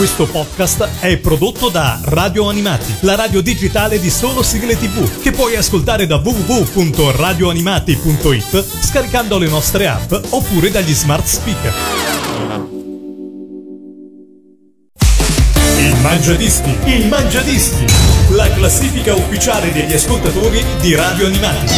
Questo podcast è prodotto da Radio Animati, la radio digitale di solo sigle TV, che puoi ascoltare da www.radioanimati.it scaricando le nostre app oppure dagli smart speaker. Il Mangiadischi, la classifica ufficiale degli ascoltatori di Radio Animati.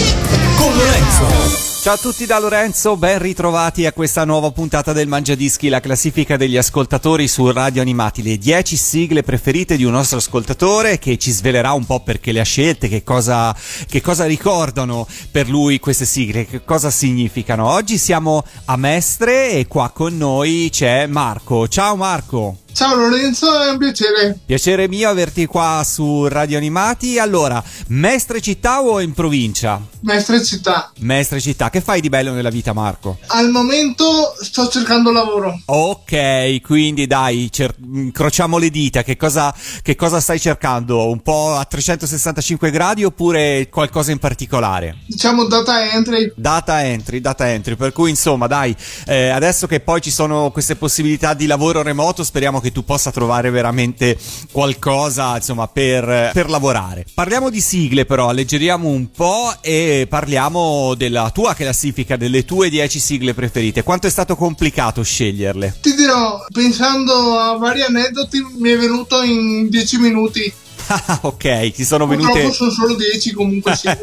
Con Lorenzo. Ciao a tutti da Lorenzo, ben ritrovati a questa nuova puntata del Mangiadischi, la classifica degli ascoltatori su Radio Animati, le 10 sigle preferite di un nostro ascoltatore che ci svelerà un po' perché le ha scelte, che cosa ricordano per lui queste sigle, che cosa significano. Oggi siamo a Mestre e qua con noi c'è Marco. Ciao Marco! Ciao Lorenzo, è un piacere. Piacere mio averti qua su Radio Animati. Allora, Mestre città o in provincia? Mestre città. Mestre città, che fai di bello nella vita, Marco? Al momento sto cercando lavoro. Ok, quindi dai, incrociamo le dita. Che cosa stai cercando? Un po' a 365 gradi oppure qualcosa in particolare? Diciamo data entry. Data entry, per cui insomma dai, adesso che poi ci sono queste possibilità di lavoro remoto, speriamo che tu possa trovare veramente qualcosa, insomma, per lavorare. Parliamo di sigle, però alleggeriamo un po' e parliamo della tua classifica, delle tue 10 sigle preferite. Quanto è stato complicato sceglierle? Ti dirò, pensando a vari aneddoti, mi è venuto in 10 minuti. Ah, ok, ti sono Purtroppo venute... sono solo 10 comunque, sì.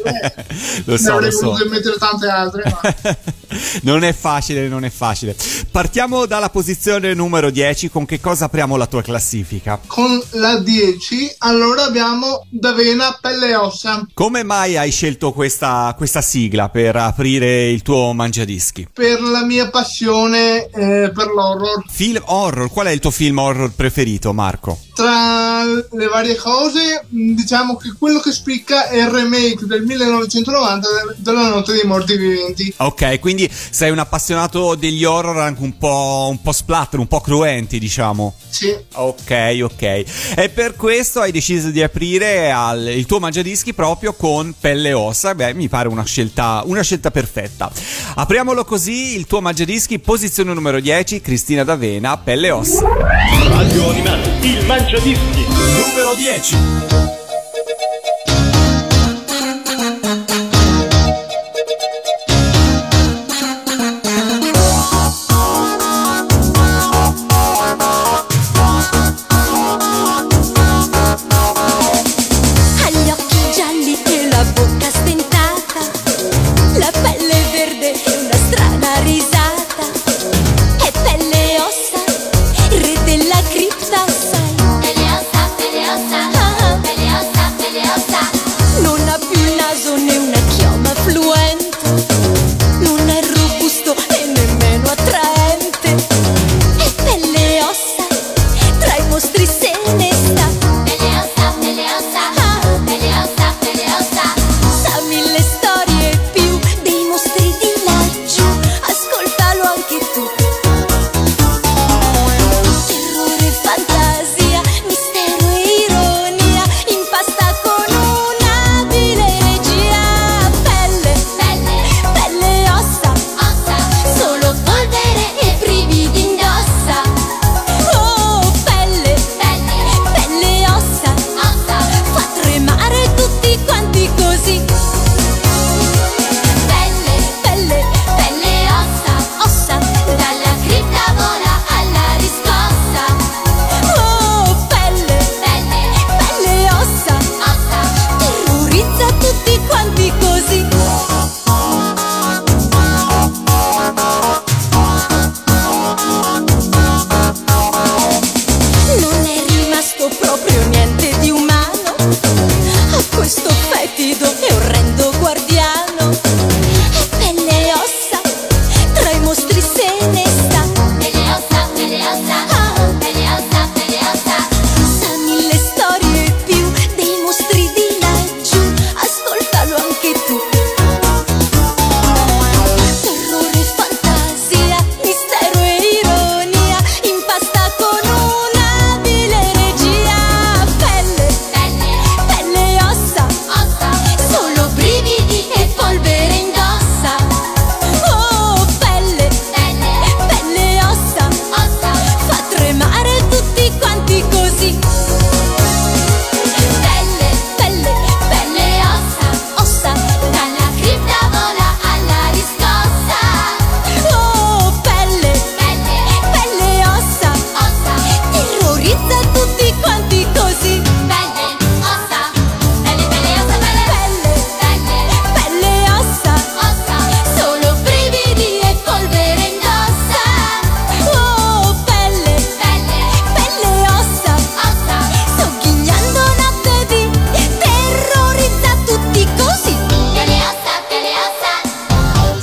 Lo so, ne avrei lo so. voluto mettere tante altre, ma... Non è facile. Partiamo dalla posizione numero 10, con che cosa apriamo la tua classifica? Con la 10, allora abbiamo D'Avena, Pelle e Ossa. Come mai hai scelto questa sigla per aprire il tuo Mangiadischi? Per la mia passione per l'horror. Film horror, qual è il tuo film horror preferito, Marco? Tra le varie cose, diciamo che quello che spicca è il remake del 1990 della Notte dei Morti Viventi. Ok, quindi sei un appassionato degli horror anche un po' splatter, un po' cruenti, diciamo. Sì. Ok. E per questo hai deciso di aprire il tuo Mangiadischi proprio con Pelle e Ossa. Beh, mi pare una scelta perfetta. Apriamolo così, il tuo Mangiadischi, posizione numero 10, Cristina D'Avena, Pelle e Ossa. Radio Animati, il Mangiadischi, numero 10. Pelle e ossa,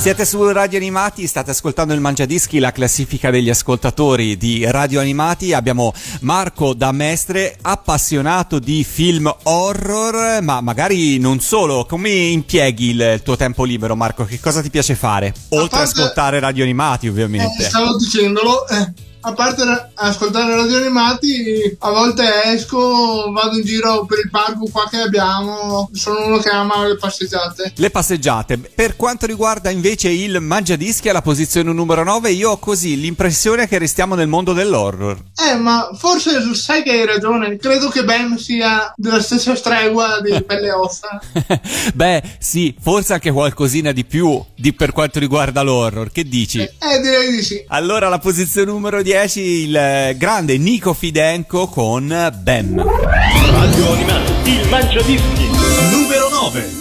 Siete su Radio Animati, state ascoltando il Mangiadischi, la classifica degli ascoltatori di Radio Animati. Abbiamo Marco da Mestre, appassionato di film horror, ma magari non solo. Come impieghi il tuo tempo libero, Marco? Che cosa ti piace fare? Oltre a ascoltare Radio Animati, ovviamente. Stavo dicendolo. A parte ascoltare Radio Animati, a volte esco, vado in giro per il parco qua che abbiamo. Sono uno che ama le passeggiate. Le passeggiate. Per quanto riguarda invece il Mangiadischi alla posizione numero 9, io ho così l'impressione che restiamo nel mondo dell'horror. Ma forse sai che hai ragione. Credo che Ben sia della stessa stregua di Pelle e Ossa. Beh, sì, forse anche qualcosina di più per quanto riguarda l'horror. Che dici? Direi di sì. Allora, alla posizione numero 10 il grande Nico Fidenco con Bam. Radio Animati, il Mangiadischi numero 9.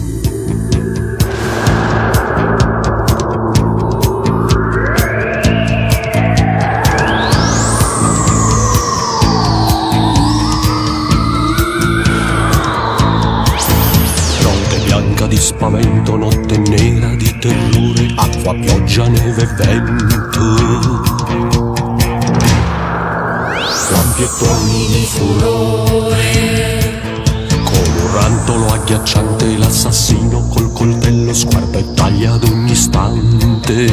Notte bianca di spavento, notte nera di terrore, acqua, pioggia, neve e vento. Lampi e tuoni di furore, come un rantolo agghiacciante, l'assassino col coltello sguarda e taglia ad ogni istante.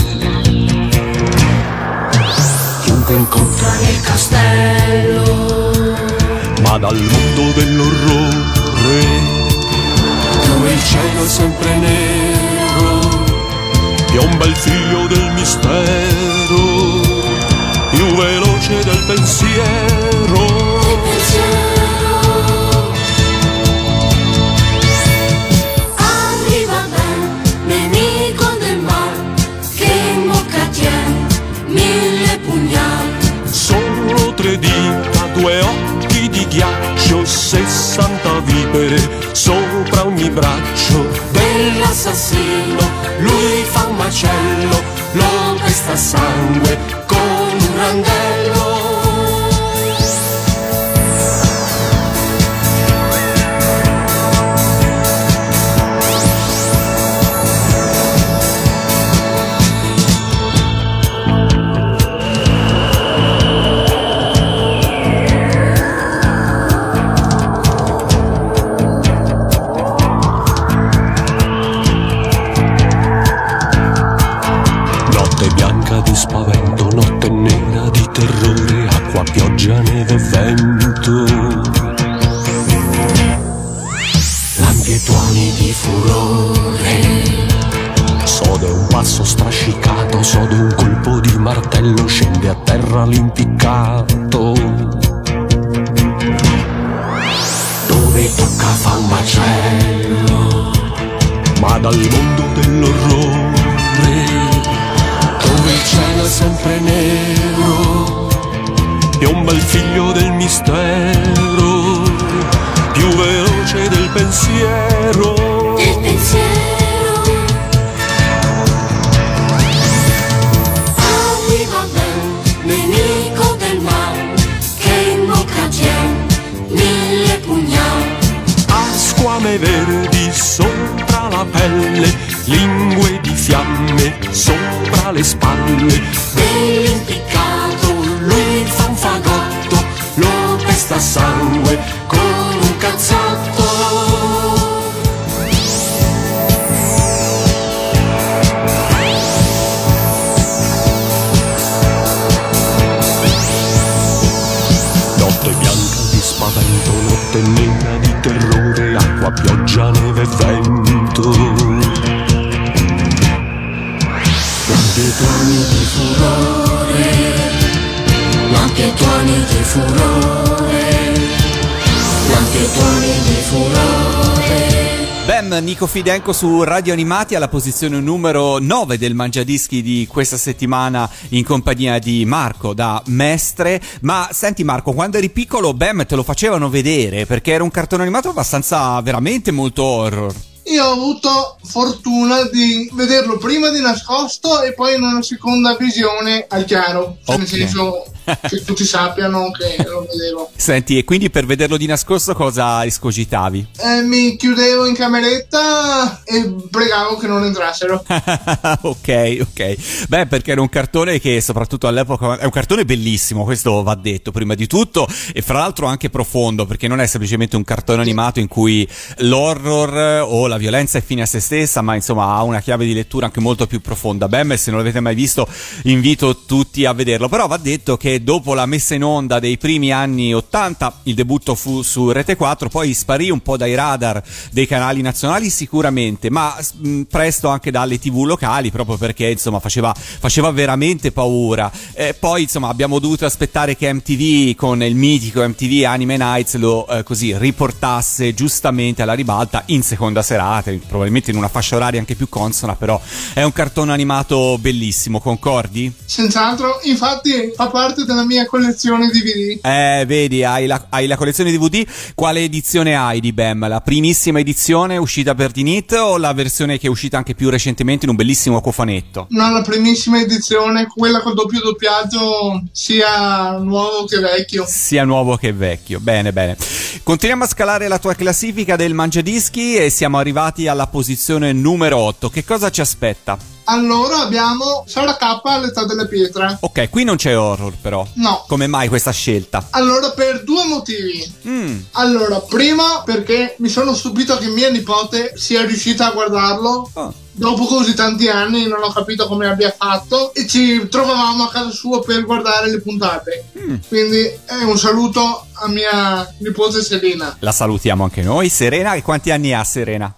Chiunque incontra nel castello, ma dal mondo dell'orrore, dove il cielo è sempre nero, piomba il figlio del mistero, più veloce del pensiero. Arriva Ben, nemico del mal, che in bocca tiene 1000 pugnali. Solo 3 dita, 2 occhi di ghiaccio, 60 vipere sopra ogni braccio dell'assassino. Lui fa un macello, lo pesta a sangue con un randello. Spavento, notte nera di terrore, acqua, pioggia, neve e vento. Lampi e tuoni di furore, sode un passo strascicato, sode un colpo di martello, scende a terra l'impiccato. Dove tocca fa un macello, ma dal mondo dell'orrore, dove il cielo è sempre nero, piomba il figlio del mistero, più veloce del pensiero. Del pensiero. Arriva Ben, nemico del mal, che in bocca tiene 1000 pugnali. Ha squame verdi sopra la pelle, lingue di fiamme sopra le spalle dell'impiccato. Lui fa un fagotto, lo pesta a sangue con un cazzotto. Notte bianca di spavento, notte nera di terrore, acqua, pioggia, neve e vento. Lampi e tuoni di furore, lampi e tuoni di furore, lampi e tuoni di furore. Bam, Nico Fidenco su Radio Animati alla posizione numero 9 del Mangiadischi di questa settimana in compagnia di Marco da Mestre. Ma senti Marco, quando eri piccolo Bam te lo facevano vedere perché era un cartone animato abbastanza veramente molto horror. Io ho avuto fortuna di vederlo prima di nascosto e poi in una seconda visione al chiaro. Cioè, Ok. nel senso, che tutti sappiano che lo vedevo. Senti, e quindi per vederlo di nascosto cosa escogitavi? Mi chiudevo in cameretta e pregavo che non entrassero. ok. Beh, perché era un cartone che soprattutto all'epoca è un cartone bellissimo, questo va detto prima di tutto, e fra l'altro anche profondo, perché non è semplicemente un cartone animato in cui l'horror o la violenza è fine a se stessa, ma insomma ha una chiave di lettura anche molto più profonda. Beh, se non l'avete mai visto invito tutti a vederlo. Però va detto che dopo la messa in onda dei primi anni 80 il debutto fu su Rete 4, poi sparì un po' dai radar dei canali nazionali sicuramente, ma presto anche dalle TV locali, proprio perché insomma faceva veramente paura. Poi insomma abbiamo dovuto aspettare che MTV, con il mitico MTV Anime Nights, lo così riportasse giustamente alla ribalta in seconda serata, probabilmente in una fascia oraria anche più consona, però è un cartone animato bellissimo, concordi? Senz'altro, infatti fa parte della mia collezione DVD. Vedi, hai la collezione DVD. Quale edizione hai di Bam? La primissima edizione uscita per Dinit o la versione che è uscita anche più recentemente in un bellissimo cofanetto? No, la primissima edizione, quella col doppio doppiaggio, sia nuovo che vecchio. Sia nuovo che vecchio, bene. Continuiamo a scalare la tua classifica del Mangiadischi e siamo arrivati alla posizione numero 8. Che cosa ci aspetta? Allora abbiamo Sara K all'età delle pietre. Ok, qui non c'è horror però. No. Come mai questa scelta? Allora, per due motivi. Allora, prima perché mi sono stupito che mia nipote sia riuscita a guardarlo. Dopo così tanti anni non ho capito come abbia fatto, e ci trovavamo a casa sua per guardare le puntate. Quindi un saluto a mia nipote Selina. La salutiamo anche noi. Serena, e quanti anni ha Serena?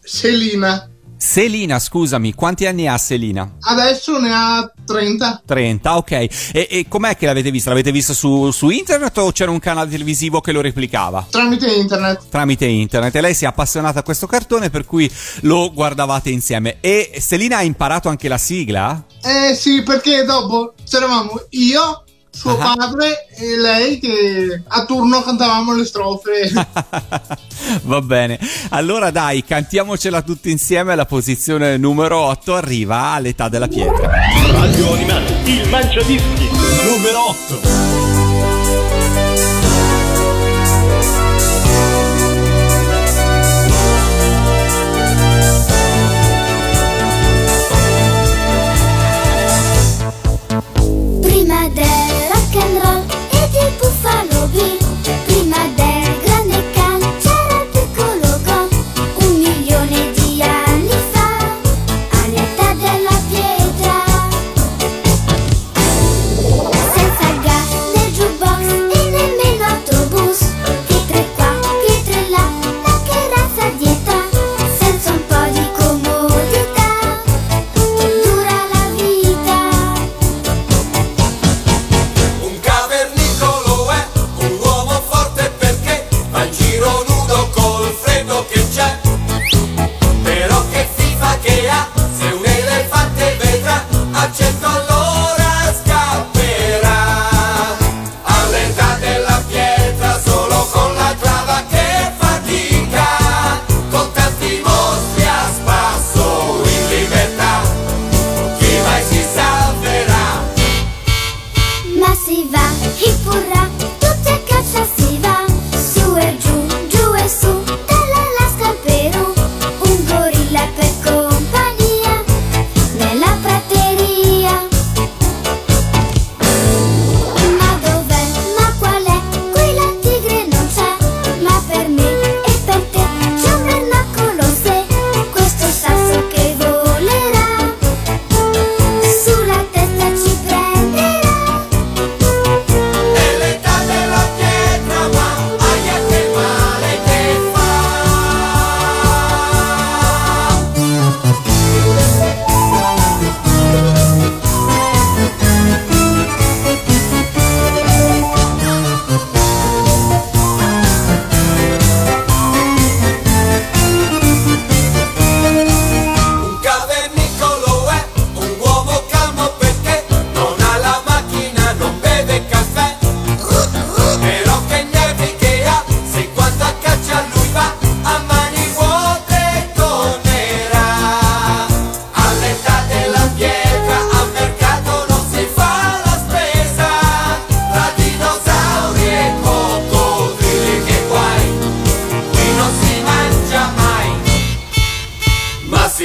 Selina, scusami, quanti anni ha Selina? Adesso ne ha 30. 30, ok. E com'è che l'avete vista? L'avete vista su internet o c'era un canale televisivo che lo replicava? Tramite internet. Tramite internet. E lei si è appassionata a questo cartone, per cui lo guardavate insieme. E Selina ha imparato anche la sigla? Sì, perché dopo c'eravamo io, suo padre e lei che a turno cantavamo le strofe. Va bene, allora dai, cantiamocela tutti insieme. La posizione numero 8 arriva all'età della pietra. Radio Animati, il Mangiadischi numero 8. Prima del rock and roll e del Buffalo Bill, prima del grande can c'era il piccolo Gon. 1 milione di anni fa, all'età della pietra, senza gas né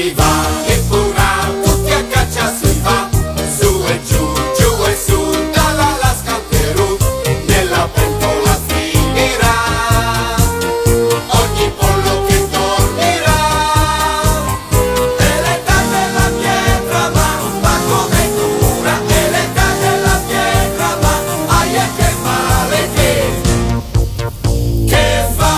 si va, e fura, tutti a caccia si va, su e giù, giù e su, dall'Alaska al Perù, nella pentola finirà, ogni pollo che dormirà, e l'età della pietra va come cura, e l'età della pietra va, aia che male che fa.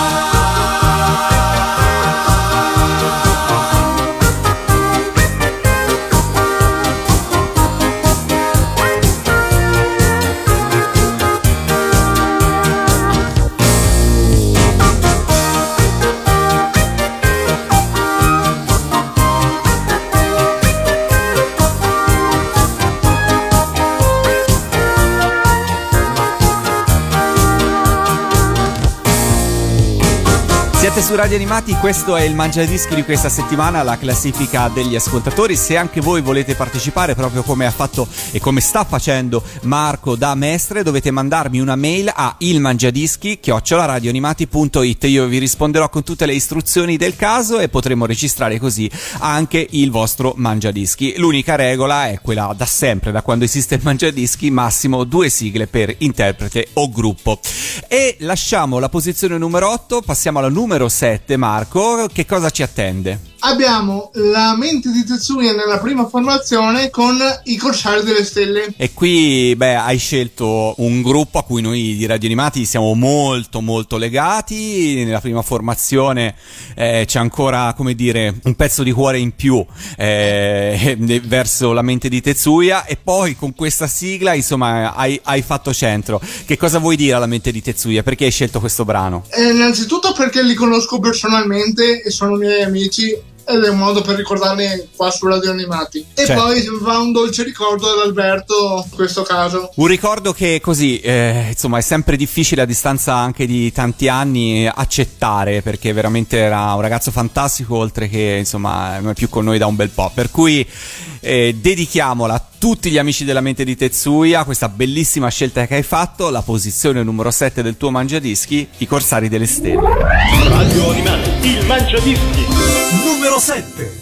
Siete su Radio Animati, questo è il Mangiadischi di questa settimana, la classifica degli ascoltatori. Se anche voi volete partecipare, proprio come ha fatto e come sta facendo Marco da Mestre, dovete mandarmi una mail a ilmangiadischi@radioanimati.it. Io vi risponderò con tutte le istruzioni del caso e potremo registrare così anche il vostro Mangiadischi. L'unica regola è quella da sempre, da quando esiste il Mangiadischi: massimo 2 sigle per interprete o gruppo. E lasciamo la posizione numero 8, passiamo alla numero 7. Marco, che cosa ci attende? Abbiamo la mente di Tetsuya nella prima formazione con i Corsari delle Stelle. E qui, hai scelto un gruppo a cui noi di Radio Animati siamo molto molto legati. Nella prima formazione c'è ancora, come dire, un pezzo di cuore in più verso la mente di Tetsuya, e poi con questa sigla, insomma, hai fatto centro. Che cosa vuoi dire alla mente di Tetsuya? Perché hai scelto questo brano? Innanzitutto perché li conosco personalmente e sono miei amici, ed è un modo per ricordarli qua su Radio Animati. E certo. Poi va un dolce ricordo ad Alberto in questo caso. Un ricordo che così, insomma, è sempre difficile a distanza anche di tanti anni accettare, perché veramente era un ragazzo fantastico, oltre che, insomma, non è più con noi da un bel po'. Per cui dedichiamola a tutti gli amici della mente di Tetsuya, questa bellissima scelta che hai fatto, la posizione numero 7 del tuo Mangiadischi, i Corsari delle Stelle. Radio Animati, il Mangiadischi numero 7.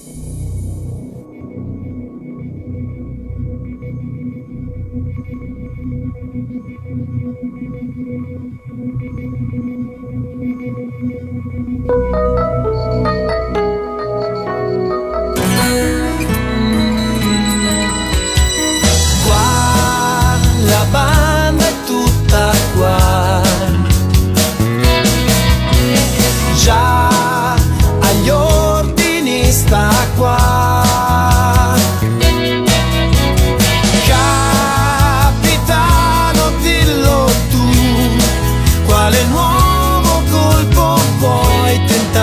La banda è tutta qua, già agli ordini sta qua. Capitano, dillo tu, quale nuovo colpo vuoi tentare?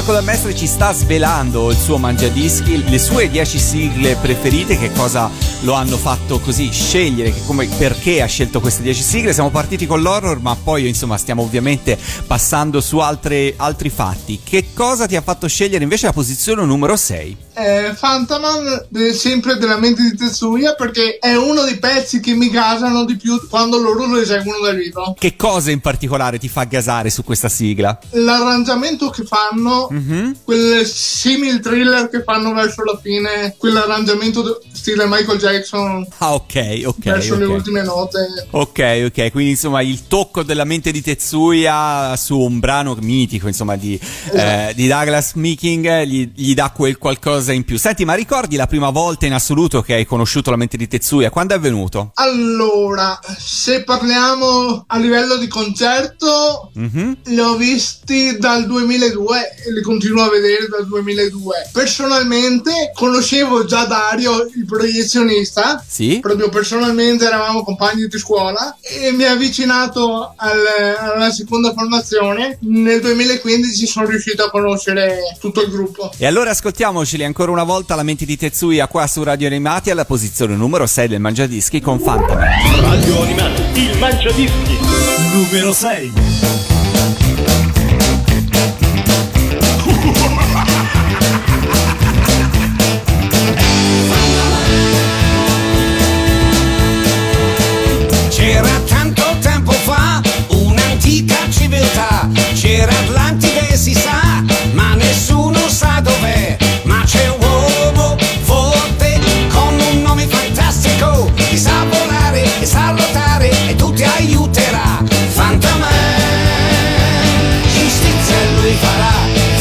Mestre ci sta svelando il suo mangiadischi, le sue 10 sigle preferite, che cosa lo hanno fatto così scegliere, perché ha scelto queste 10 sigle. Siamo partiti con l'horror, ma poi insomma stiamo ovviamente passando su altri fatti. Che cosa ti ha fatto scegliere invece la posizione numero 6? Phantoman, sempre della mente di Tetsuya, perché è uno dei pezzi che mi gasano di più quando loro lo eseguono dal vivo. Che cosa in particolare ti fa gasare su questa sigla? L'arrangiamento che fanno, quel simil thriller che fanno verso la fine, quell'arrangiamento stile Michael Jackson. Ah, ok. Verso le ultime note. Ok, quindi insomma il tocco della mente di Tetsuya su un brano mitico, insomma, di Douglas Meeking gli dà quel qualcosa in più. Senti, ma ricordi la prima volta in assoluto che hai conosciuto la mente di Tetsuya? Quando è avvenuto? Allora, se parliamo a livello di concerto, li ho visti dal 2002 e li continuo a vedere dal 2002. Personalmente conoscevo già Dario, il proiezionista. Sì? Proprio personalmente eravamo compagni di scuola e mi ha avvicinato alla seconda formazione. Nel 2015 sono riuscito a conoscere tutto il gruppo. E allora ascoltiamoceli ancora una volta la mente di Tetsuya qua su Radio Animati alla posizione numero 6 del Mangiadischi con Phantom. Radio Animati, il Mangiadischi numero 6. C'era tanto tempo fa un'antica civiltà, c'era Atlantide si sa, ma nessuno sa dov'è. Ma c'è un uomo forte con un nome fantastico, che sa volare e sa lottare e tutti aiuterà. Phantoman, giustizia lui farà.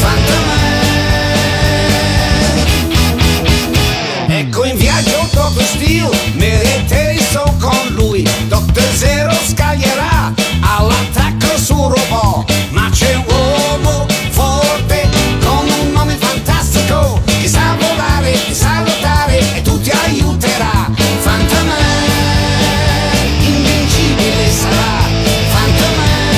Phantoman, ecco in viaggio Dr. Steel, meriterei sto con lui. Dr. Zero scaglierà all'attacco su robot. Ma c'è un uomo forte con un nome fantastico, che sa volare, che sa lottare e tutti aiuterà. Phantoman, invincibile sarà. Phantoman,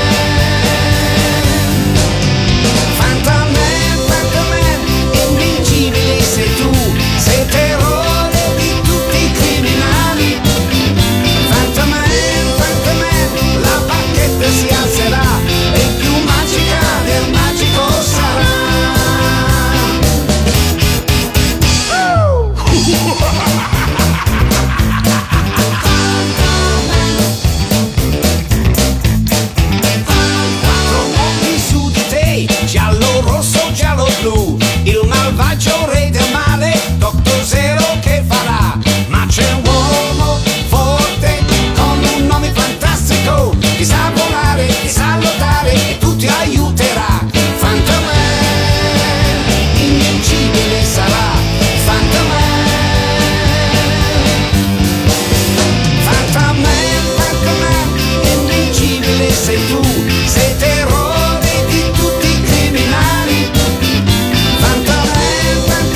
Phantoman, Phantoman, invincibile sei tu, sei terrore di tutti i criminali. Phantoman, Phantoman, la bacchetta si alzerà e più magica del magico sarà. Quattro mondi su di te, giallo, rosso, giallo, blu, il malvagio re del male, Dr. Zero che farà. Ma c'è un uomo forte con un nome fantastico, che sa volare, che sa lottare e tutti aiuterà. Phantoman, invincibile sarà. Phantoman, Phantoman, Phantoman, invincibile sei tu, sei terrore di tutti i criminali. Phantoman, Phantoman,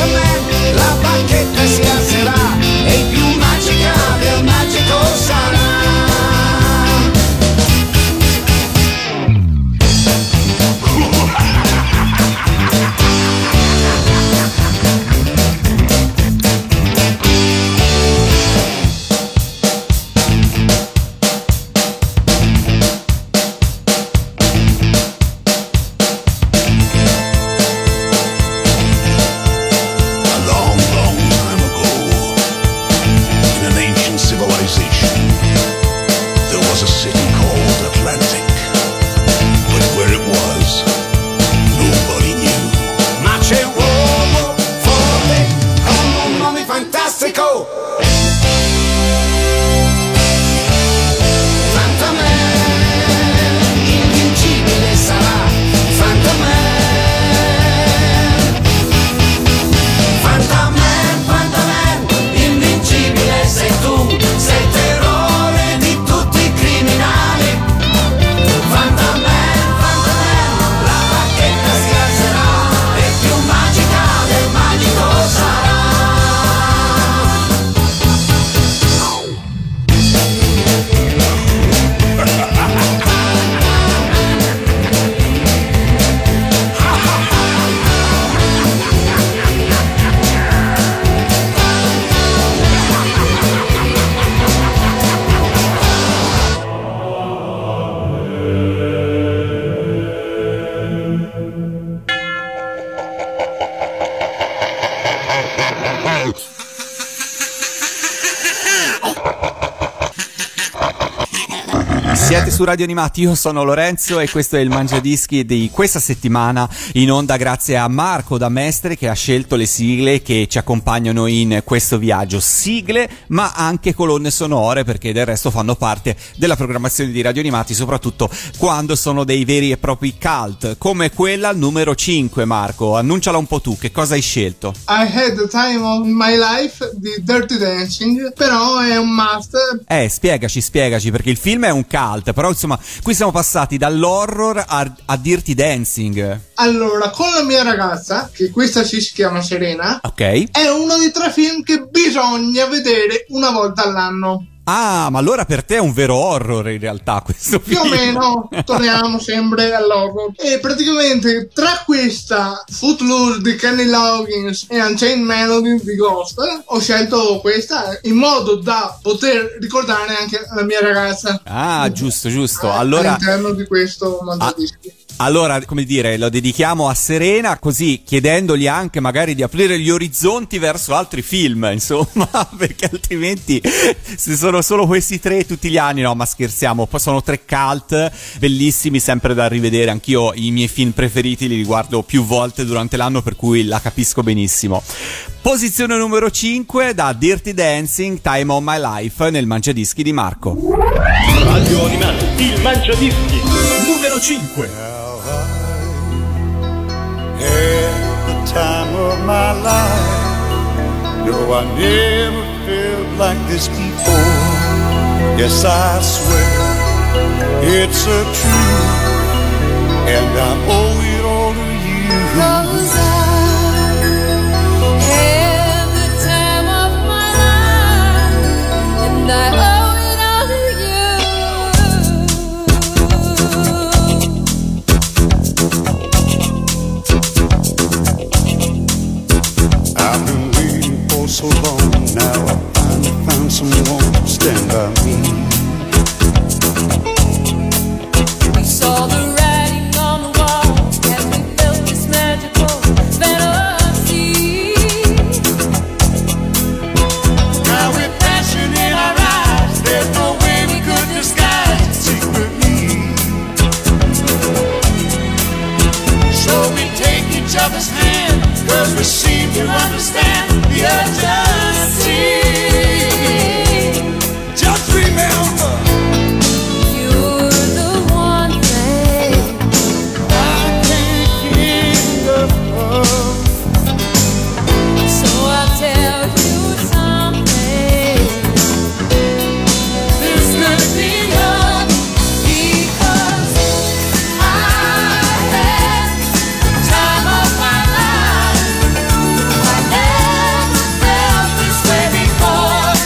Siete su Radio Animati, io sono Lorenzo e questo è il Mangiadischi di questa settimana, in onda grazie a Marco da Mestre che ha scelto le sigle che ci accompagnano in questo viaggio. Sigle ma anche colonne sonore, perché del resto fanno parte della programmazione di Radio Animati, soprattutto quando sono dei veri e propri cult, come quella numero 5. Marco, annunciala un po' tu, che cosa hai scelto? I Had the Time of My Life di Dirty Dancing, però è un must. Spiegaci, perché il film è un cult, però insomma qui siamo passati dall'horror a Dirty Dancing. Allora, con la mia ragazza, che questa si chiama Serena, ok, è uno dei 3 film che bisogna vedere una volta all'anno. Ah, ma allora per te è un vero horror in realtà questo film. Più o meno, torniamo sempre all'horror. E praticamente tra questa, Footloose di Kenny Loggins e Unchained Melody di Ghost, ho scelto questa in modo da poter ricordare anche la mia ragazza. Ah, giusto. Allora, all'interno di questo Mangiadischi. Allora, come dire, lo dedichiamo a Serena, così chiedendogli anche magari di aprire gli orizzonti verso altri film, insomma, perché altrimenti se sono solo questi 3 tutti gli anni, no, ma scherziamo, poi sono 3 cult bellissimi, sempre da rivedere. Anch'io i miei film preferiti li riguardo più volte durante l'anno, per cui la capisco benissimo. Posizione numero 5 da Dirty Dancing, Time of My Life nel Mangiadischi di Marco. Radio Animati, il Mangiadischi numero 5. Had the time of my life. No, I never felt like this before. Yes, I swear it's a truth, and I owe it all to you. 'Cause I had the time of my life, and I owe it all to I've been waiting for so long. Now I finally found someone to stand by me. We saw the writing on the wall, and we felt this magical fantasy. Now with passion in our eyes, there's no way we could disguise it secretly. So we take each other's hand, 'cause we seem to understand the urgency. Just remember, You're the one thing I can't get enough of. So I'll tell you something. This could be love, Because I had the time of my life. I never felt this way before.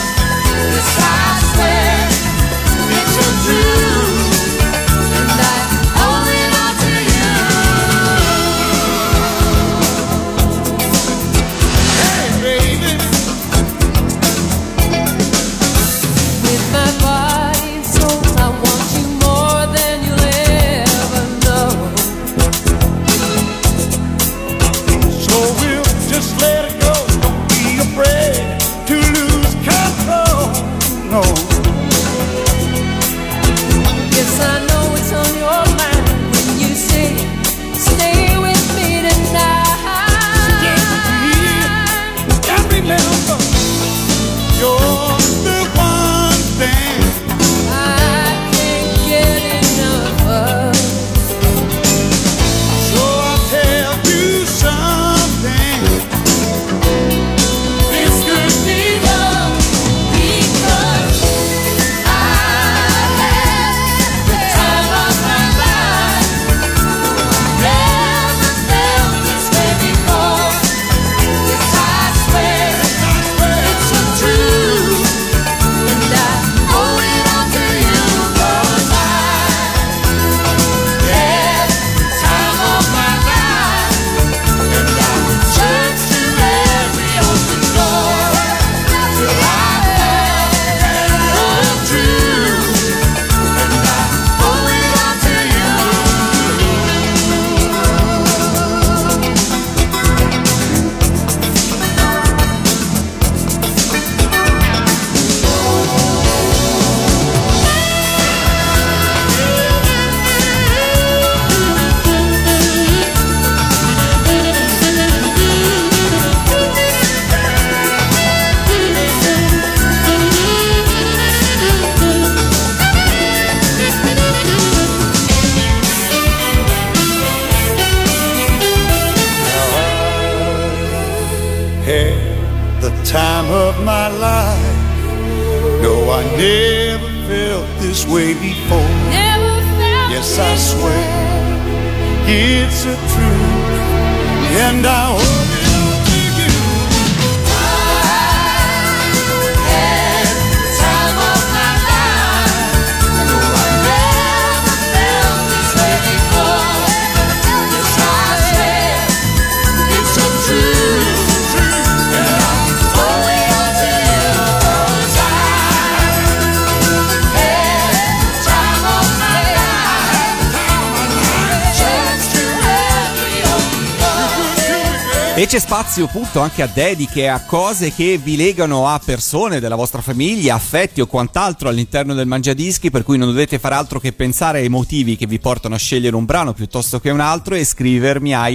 Had the time of my life. No, I never felt this way before. Never felt Yes, I this swear way. it's a truth, and I owe it all to you. Had the time of my life. No, I never felt this way before. Yes, I swear it's a truth, and I owe it all to you. 'Cause I had the time of my life. Chance to have you. E c'è spazio appunto anche a dediche, a cose che vi legano a persone della vostra famiglia, affetti o quant'altro all'interno del Mangiadischi, per cui non dovete fare altro che pensare ai motivi che vi portano a scegliere un brano piuttosto che un altro e scrivermi a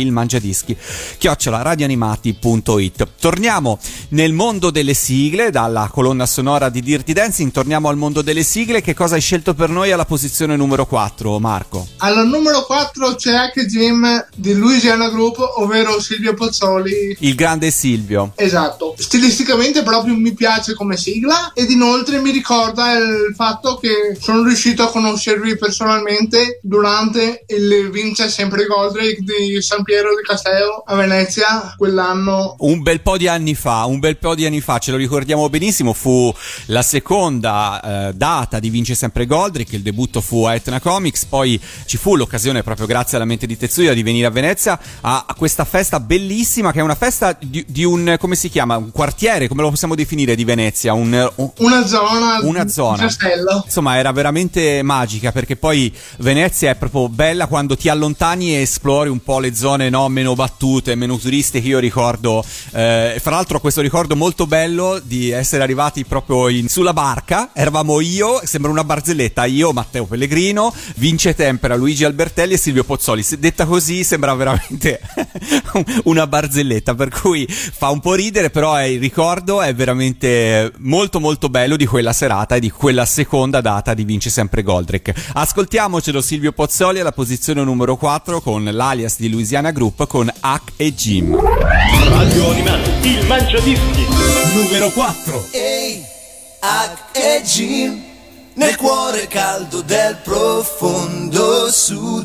ilmangiadischi@radioanimati.it. Torniamo nel mondo delle sigle, dalla colonna sonora di Dirty Dancing, torniamo al mondo delle sigle. Che cosa hai scelto per noi alla posizione numero 4, Marco? Al numero 4 c'è anche Jim di Louisiana Group, ovvero Silvio Pozzoli. Il grande Silvio. Esatto, stilisticamente proprio mi piace come sigla ed inoltre mi ricorda il fatto che sono riuscito a conoscervi personalmente durante il Vince Sempre Goldrake di San Piero di Castello a Venezia quell'anno. Un bel po' di anni fa, ce lo ricordiamo benissimo, fu la seconda data di Vince Sempre Goldrake, il debutto fu a Etna Comics, poi ci fu l'occasione proprio grazie alla mente di Tetsuya di venire a Venezia a questa festa bellissima, che è una festa di un, come si chiama, un quartiere, come lo possiamo definire, di Venezia, una zona. Castello. Insomma, era veramente magica, perché poi Venezia è proprio bella quando ti allontani e esplori un po' le zone, no, meno battute, meno turistiche. Io ricordo, fra l'altro, questo ricordo molto bello di essere arrivati proprio sulla barca. Eravamo io, sembra una barzelletta, io, Matteo Pellegrino, Vince Tempera, Luigi Albertelli e Silvio Pozzoli. Detta così sembra veramente una barzelletta, per cui fa un po' ridere, però il ricordo è veramente molto molto bello di quella serata e di quella seconda data di Vince Sempre Goldrake. Ascoltiamocelo Silvio Pozzoli alla posizione numero 4 con l'alias di Louisiana Group con Huck e Jim. Radio Animati, il Mangiadischi numero 4. Ehi, Huck e Jim, nel cuore caldo del profondo sud.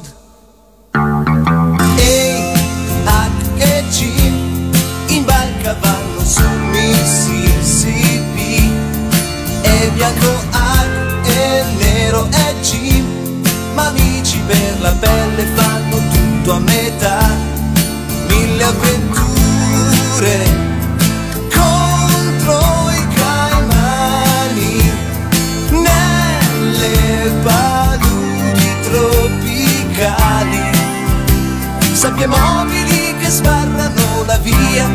Ehi, Huck e Jim, in barca vanno su Mississippi. E bianco Huck e nero è Jim, ma amici per la pelle fanno tutto a metà. Mille avventure contro i caimani nelle paludi tropicali. Sabbie mobili che sbarrano la via.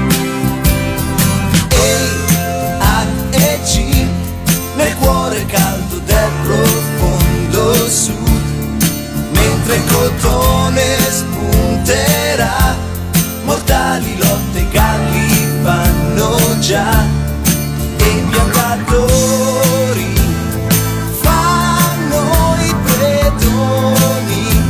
Ehi, Huck e Jim, nel cuore caldo del profondo sud. Mentre il cotone spunterà, mortali lotte galli fanno già. E i piantatori fanno i predoni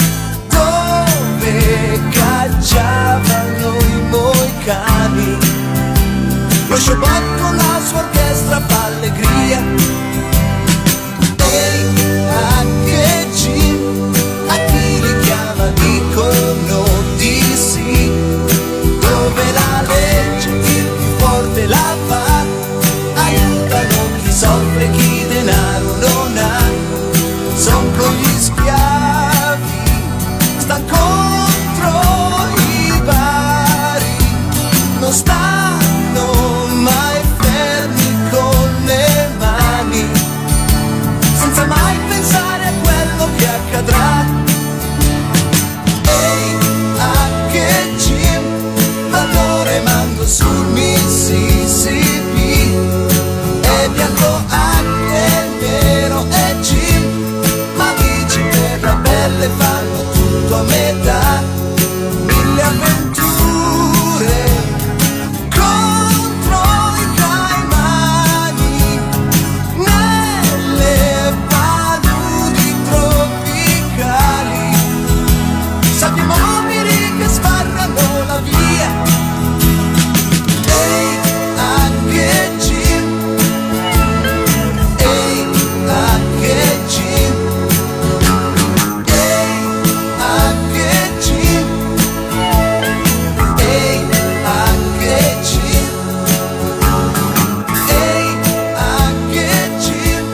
dove cacciavano i moicani. Lo showboat con la sua orchestra fa allegria. Ehi, Huck e Jim, a chi li chiama dicono di sì. Dove la legge il più forte la fa, aiutano chi soffre, chi denaro non ha. Son con gli schiavi, stan contro i bari, non stanno mai fermi con le mani, senza mai pensare a quello che accadrà. Ehi, Huck e Jim, vanno remando sul Mississippi. E bianco Huck e nero è Jim, ma amici per la pelle fanno tutto a metà. Mille avventure contro i caimani nelle paludi tropicali. Sabbie mobili che sbarrano la via. Ehi,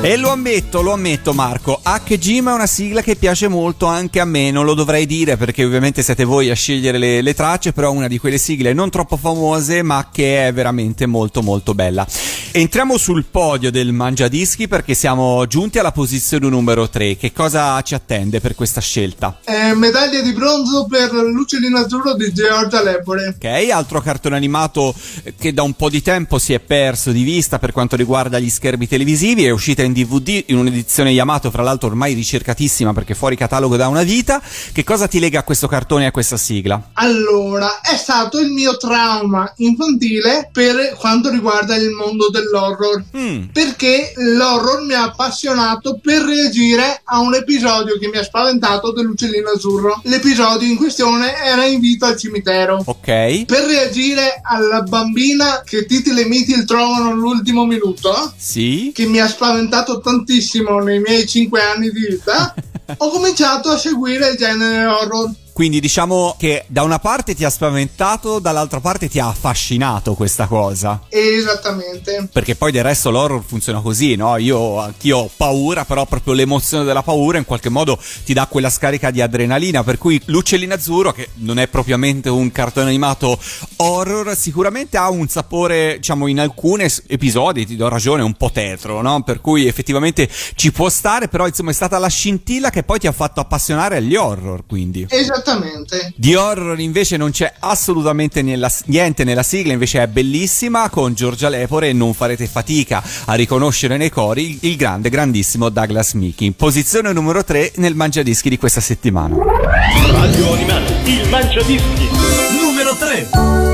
E lo ammetto Marco, HGM è una sigla che piace molto anche a me, non lo dovrei dire perché ovviamente siete voi a scegliere le tracce, però è una di quelle sigle non troppo famose ma che è veramente molto molto bella. Entriamo sul podio del Mangiadischi perché siamo giunti alla posizione numero 3. Che cosa ci attende per questa scelta? Medaglia di bronzo per L'uccellino azzurro di Giorgia Lepore. Ok, altro cartone animato che da un po' di tempo si è perso di vista per quanto riguarda gli schermi televisivi, è uscita in DVD in un'edizione Yamato, fra l'altro ormai ricercatissima perché fuori catalogo da una vita. Che cosa ti lega a questo cartone e a questa sigla? Allora, è stato il mio trauma infantile per quanto riguarda il mondo dell'horror, perché l'horror mi ha appassionato per reagire a un episodio che mi ha spaventato dell'uccellino azzurro. L'episodio in questione era Invito al cimitero. Ok. Per reagire alla bambina che Titi e Miti trovano all'ultimo minuto, sì, che mi ha spaventato tantissimo nei miei 5 anni di vita, ho cominciato a seguire il genere horror. Quindi diciamo che da una parte ti ha spaventato, dall'altra parte ti ha affascinato questa cosa. Esattamente. Perché poi del resto l'horror funziona così, no? Anch'io ho paura, però proprio l'emozione della paura in qualche modo ti dà quella scarica di adrenalina, per cui L'uccellino azzurro, che non è propriamente un cartone animato horror, sicuramente ha un sapore, diciamo, in alcuni episodi, ti do ragione, un po' tetro, no? Per cui effettivamente ci può stare, però insomma è stata la scintilla che poi ti ha fatto appassionare agli horror, quindi. Esattamente. Di horror invece non c'è assolutamente niente nella sigla, invece è bellissima, con Giorgia Lepore, e non farete fatica a riconoscere nei cori il grandissimo Douglas Mickey. Posizione numero 3 nel Mangiadischi di questa settimana. Radio Animati, il Mangiadischi numero 3.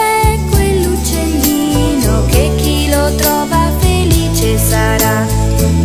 Trova felice sarà.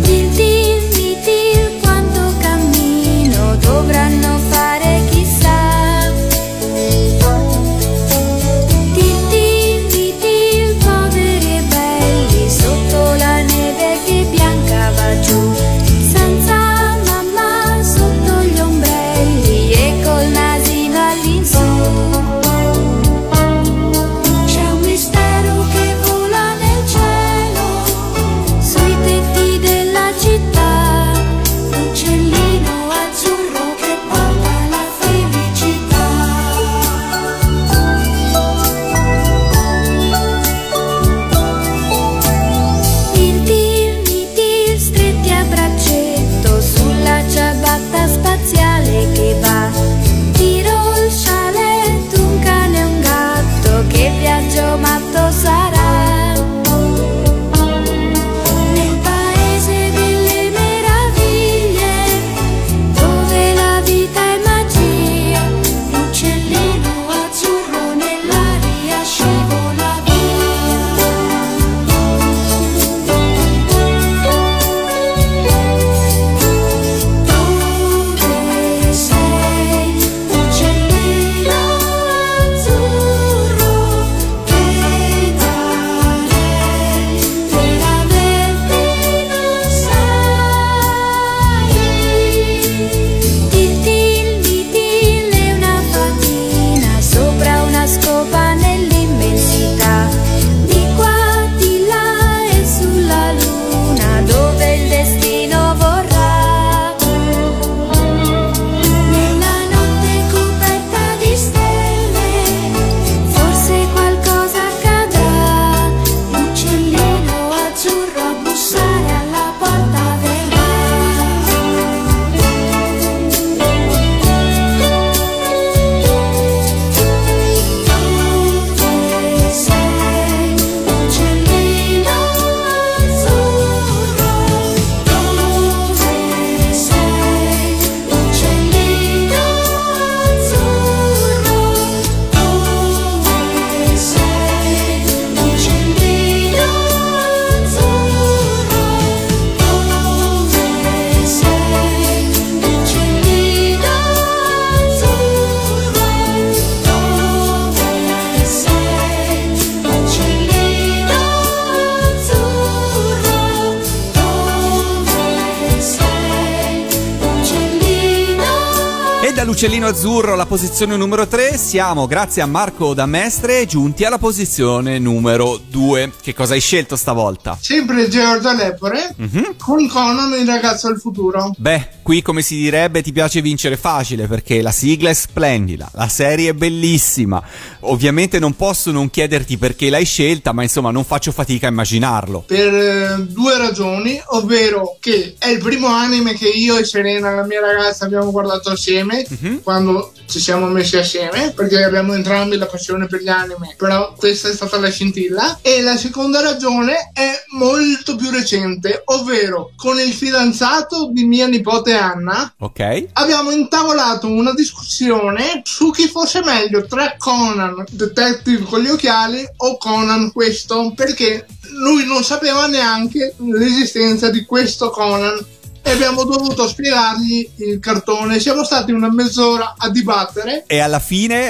dall'Uccellino Azzurro alla posizione numero 3, siamo, grazie a Marco D'Amestre, giunti alla posizione numero 2. Che cosa hai scelto stavolta? Sempre Giorgia Lepore, con Conan, il ragazzo del futuro. Beh, qui come si direbbe ti piace vincere facile, perché la sigla è splendida, la serie è bellissima. Ovviamente non posso non chiederti perché l'hai scelta, ma insomma non faccio fatica a immaginarlo. Per due ragioni, ovvero che è il primo anime che io e Serena, la mia ragazza, abbiamo guardato assieme quando ci siamo messi assieme, perché abbiamo entrambi la passione per gli anime, però questa è stata la scintilla. E la seconda ragione è molto più recente, ovvero con il fidanzato di mia nipote Anna, ok, abbiamo intavolato una discussione su chi fosse meglio tra Conan Detective con gli occhiali o Conan questo, perché lui non sapeva neanche l'esistenza di questo Conan e abbiamo dovuto spiegargli il cartone. Siamo stati una mezz'ora a dibattere e alla fine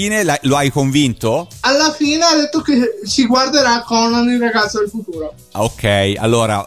lo hai convinto? Alla fine ha detto che si guarderà Conan, il ragazzo del futuro. Ok, allora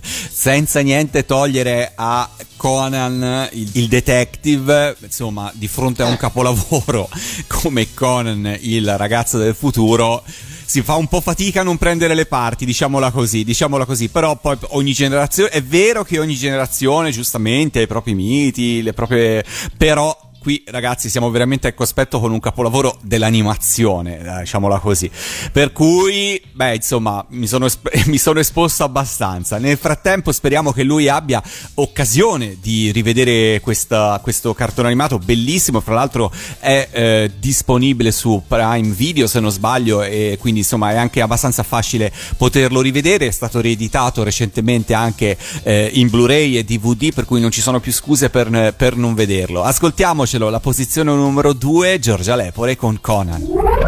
senza niente togliere a Conan il detective, insomma, di fronte a un capolavoro come Conan il ragazzo del futuro si fa un po' fatica a non prendere le parti, diciamola così, però poi ogni generazione, è vero che ogni generazione giustamente ha i propri miti, le proprie, però qui ragazzi siamo veramente a cospetto con un capolavoro dell'animazione, diciamola così, per cui beh insomma mi sono esposto abbastanza. Nel frattempo speriamo che lui abbia occasione di rivedere questo cartone animato bellissimo, fra l'altro è disponibile su Prime Video se non sbaglio, e quindi insomma è anche abbastanza facile poterlo rivedere. È stato rieditato recentemente anche in Blu-ray e DVD, per cui non ci sono più scuse per non vederlo. Ascoltiamoci la posizione numero 2, Giorgia Lepore con Conan.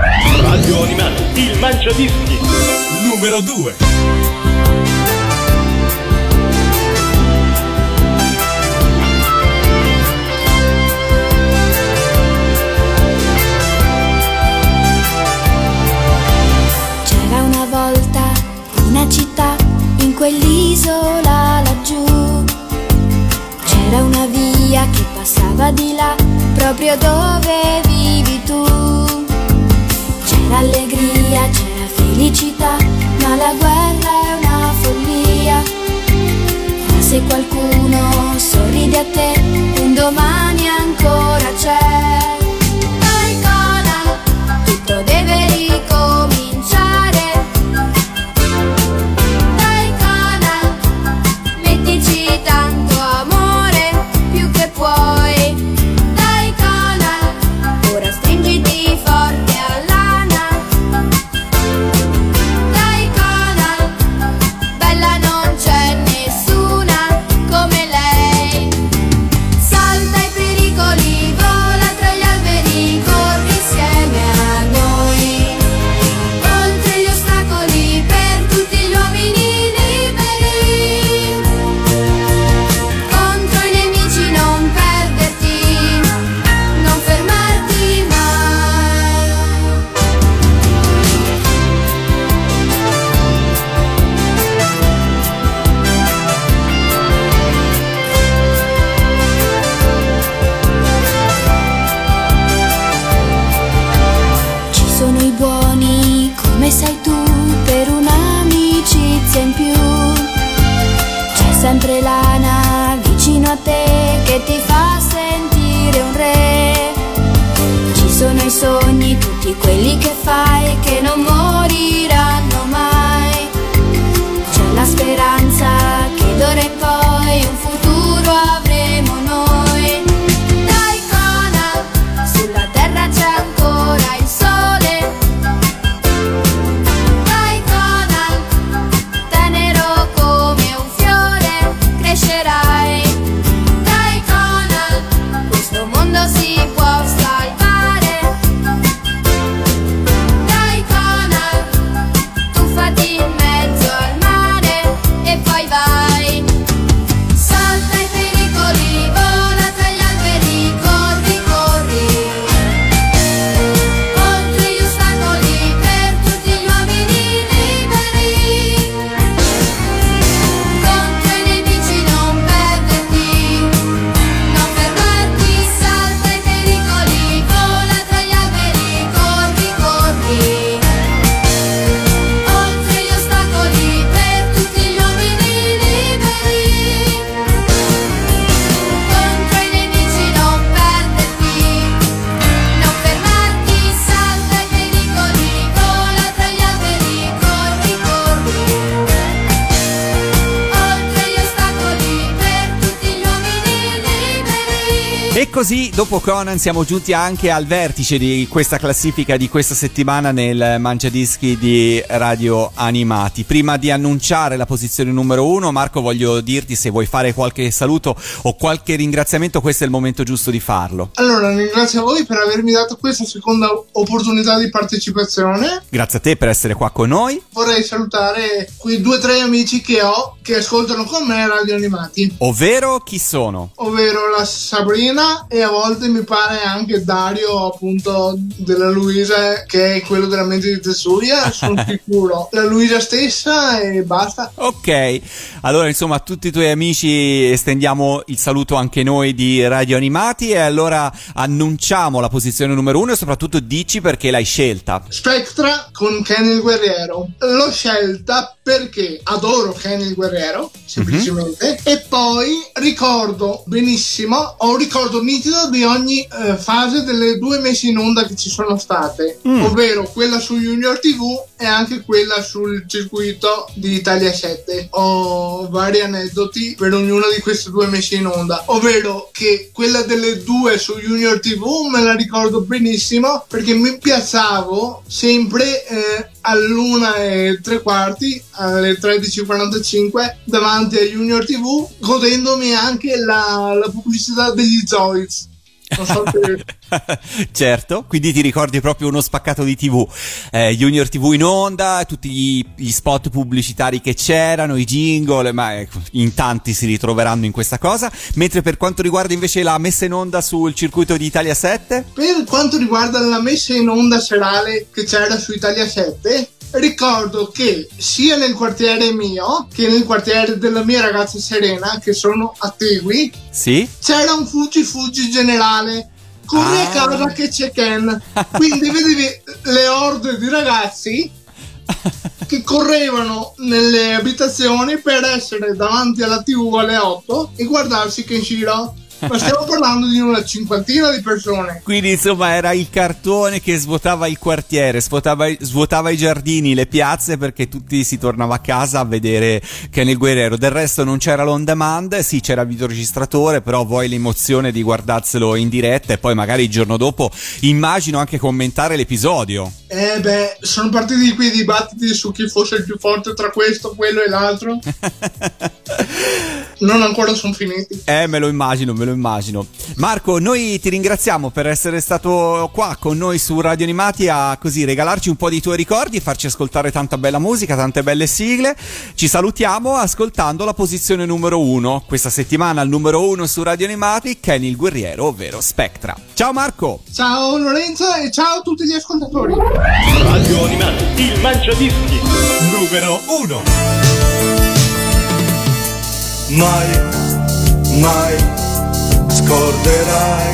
Radio Animati, il Mangiadischi numero 2. C'era una volta una città in quell'isola laggiù. C'era una via che passava di là, proprio dove vivi tu. C'era allegria, c'era felicità, ma la guerra è una follia. Ma se qualcuno sorride a te, un domani ancora c'è. Dai Conan, tutto deve ricominciare. Dai Conan, mettici tanto amore, più che puoi. Dai Conan, ora stringiti forte all'ana. Dai Conan, bella non c'è nessuna come lei. Salta i pericoli, vola tra gli alberi, corri insieme a noi. Oltre gli ostacoli per tutti gli uomini liberi. Contro i nemici non perderti, non fermarti mai. Ci sono i buoni, come sai tu, per un'amicizia in più. C'è sempre l'ana vicino a te che ti fa sentire un re. Ci sono i sogni, tutti quelli che fai, che non moriranno mai. C'è la speranza che d'ora in poi un futuro avremo noi. Dai Conan, sulla terra c'è ancora il sole. Dai Conan, tenero come un fiore, crescerai. Dai Conan, questo mondo si può salvare. Dai Conan, tuffati in mezzo al mare e poi vai. E così, dopo Conan, siamo giunti anche al vertice di questa classifica di questa settimana nel Mangiadischi di Radio Animati. Prima di annunciare la posizione numero 1, Marco, voglio dirti, se vuoi fare qualche saluto o qualche ringraziamento, questo è il momento giusto di farlo. Allora, ringrazio voi per avermi dato questa seconda opportunità di partecipazione. Grazie a te per essere qua con noi. Vorrei salutare quei 2 o 3 amici che ho che ascoltano con me Radio Animati. Ovvero, chi sono? Ovvero la Sabrina e a volte mi pare anche Dario, appunto, della Luisa, che è quello della mente di Tetsuya, sono sicuro. La Luisa stessa e basta. Ok, allora insomma a tutti i tuoi amici estendiamo il saluto anche noi di Radio Animati, e allora annunciamo la posizione numero 1 e soprattutto dici perché l'hai scelta. Spectra con Ken il Guerriero. L'ho scelta perché adoro Ken il Guerriero, semplicemente, e poi ricordo benissimo, ho un ricordo nitido di ogni fase delle 2 messe in onda che ci sono state, ovvero quella su Junior TV e anche quella sul circuito di Italia 7. Ho vari aneddoti per ognuna di queste 2 messe in onda, ovvero che quella delle 2 su Junior TV me la ricordo benissimo perché mi piazzavo sempre all'1:15, alle 13:45 davanti a Junior TV, godendomi anche la pubblicità degli Zoids. Non so se... Certo, quindi ti ricordi proprio uno spaccato di TV, Junior TV in onda, tutti gli spot pubblicitari che c'erano, i jingle, ma in tanti si ritroveranno in questa cosa. Mentre per quanto riguarda invece la messa in onda sul circuito di Italia 7? Per quanto riguarda la messa in onda serale che c'era su Italia 7, ricordo che sia nel quartiere mio che nel quartiere della mia ragazza Serena, che sono a Tegui, sì? C'era un fuggi generale. Corri a casa che c'è Ken. Quindi vedevi le orde di ragazzi che correvano nelle abitazioni per essere davanti alla TV alle 8 e guardarsi Kenshiro. Ma stiamo parlando di una 50ina di persone. Quindi insomma era il cartone che svuotava il quartiere, svuotava i giardini, le piazze, perché tutti si tornava a casa a vedere Ken il Guerriero. Del resto non c'era l'on demand, sì c'era il videoregistratore, però vuoi l'emozione di guardarselo in diretta e poi magari il giorno dopo immagino anche commentare l'episodio. Sono partiti quei dibattiti su chi fosse il più forte tra questo, quello e l'altro. Non ancora sono finiti. Me lo immagino. Marco, noi ti ringraziamo per essere stato qua con noi su Radio Animati a così regalarci un po' di tuoi ricordi e farci ascoltare tanta bella musica, tante belle sigle. Ci salutiamo ascoltando la posizione numero 1. Questa settimana al numero 1 su Radio Animati, Ken il Guerriero, ovvero Spectra. Ciao Marco! Ciao Lorenzo e ciao a tutti gli ascoltatori. Radio Animati, il Mangiadischi numero 1. Mai scorderai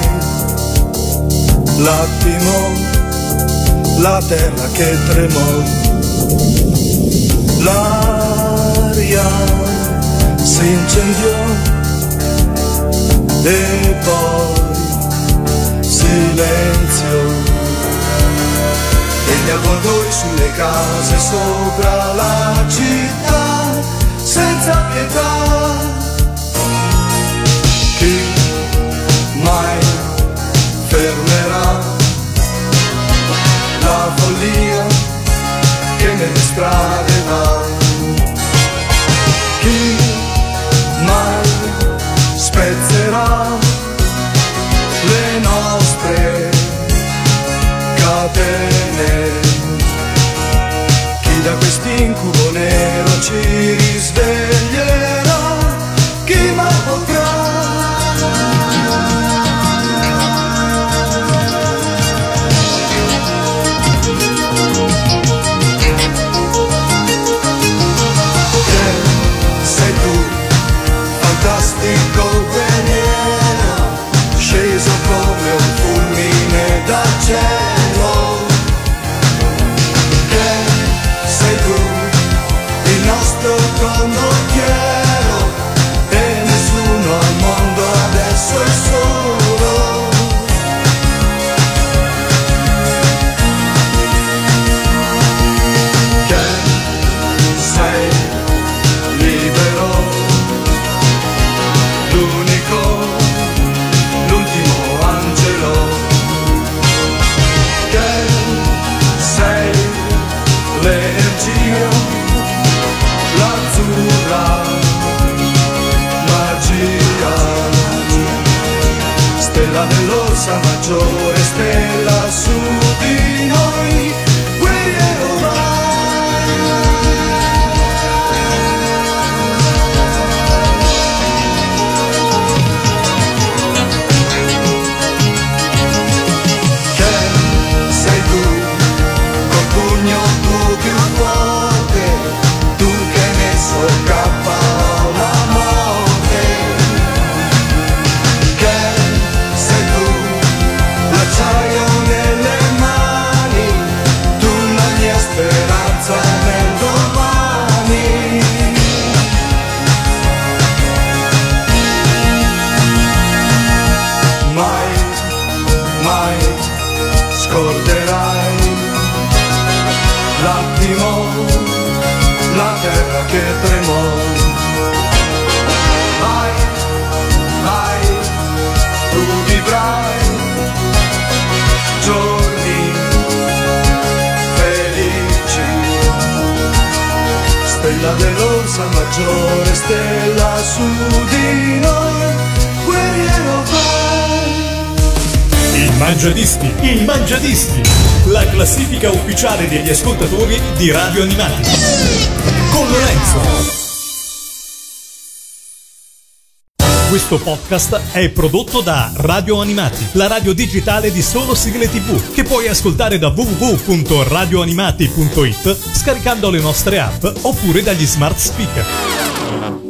l'attimo, la terra che tremò, l'aria si incendiò e poi silenzio. E gli avvoltoi sulle case sopra la città senza pietà. Chi mai fermerà la follia che nelle strade va? Chi mai spezzerà le nostre catene? Chi da quest'incubo nero ci risveglierà? Chi mai potrà? Sei tu, fantastico guerriero, sceso come un fulmine dal cielo. Che sei tu, il nostro condottiero, e nessuno al mondo adesso è solo. Che sei libero, l'unico dell'Orsa Maggiore, stella su di noi, guerriero vai. Che sei tu, col pugno tu più forte, tu che hai messo cappa la morte. Che sei tu, l'acciaio nelle mani, tu la mia speranza nel domani. Mai, mai scorderai l'attimo, la terra che tremò. Mai, mai tu vivrai giorni felici. Stella dell'Orsa Maggiore, stella su di noi, guerriero vai. Il Mangiadischi, la classifica ufficiale degli ascoltatori di Radio Animati. Con Lorenzo. Questo podcast è prodotto da Radio Animati, la radio digitale di solo sigle TV, che puoi ascoltare da www.radioanimati.it scaricando le nostre app oppure dagli smart speaker.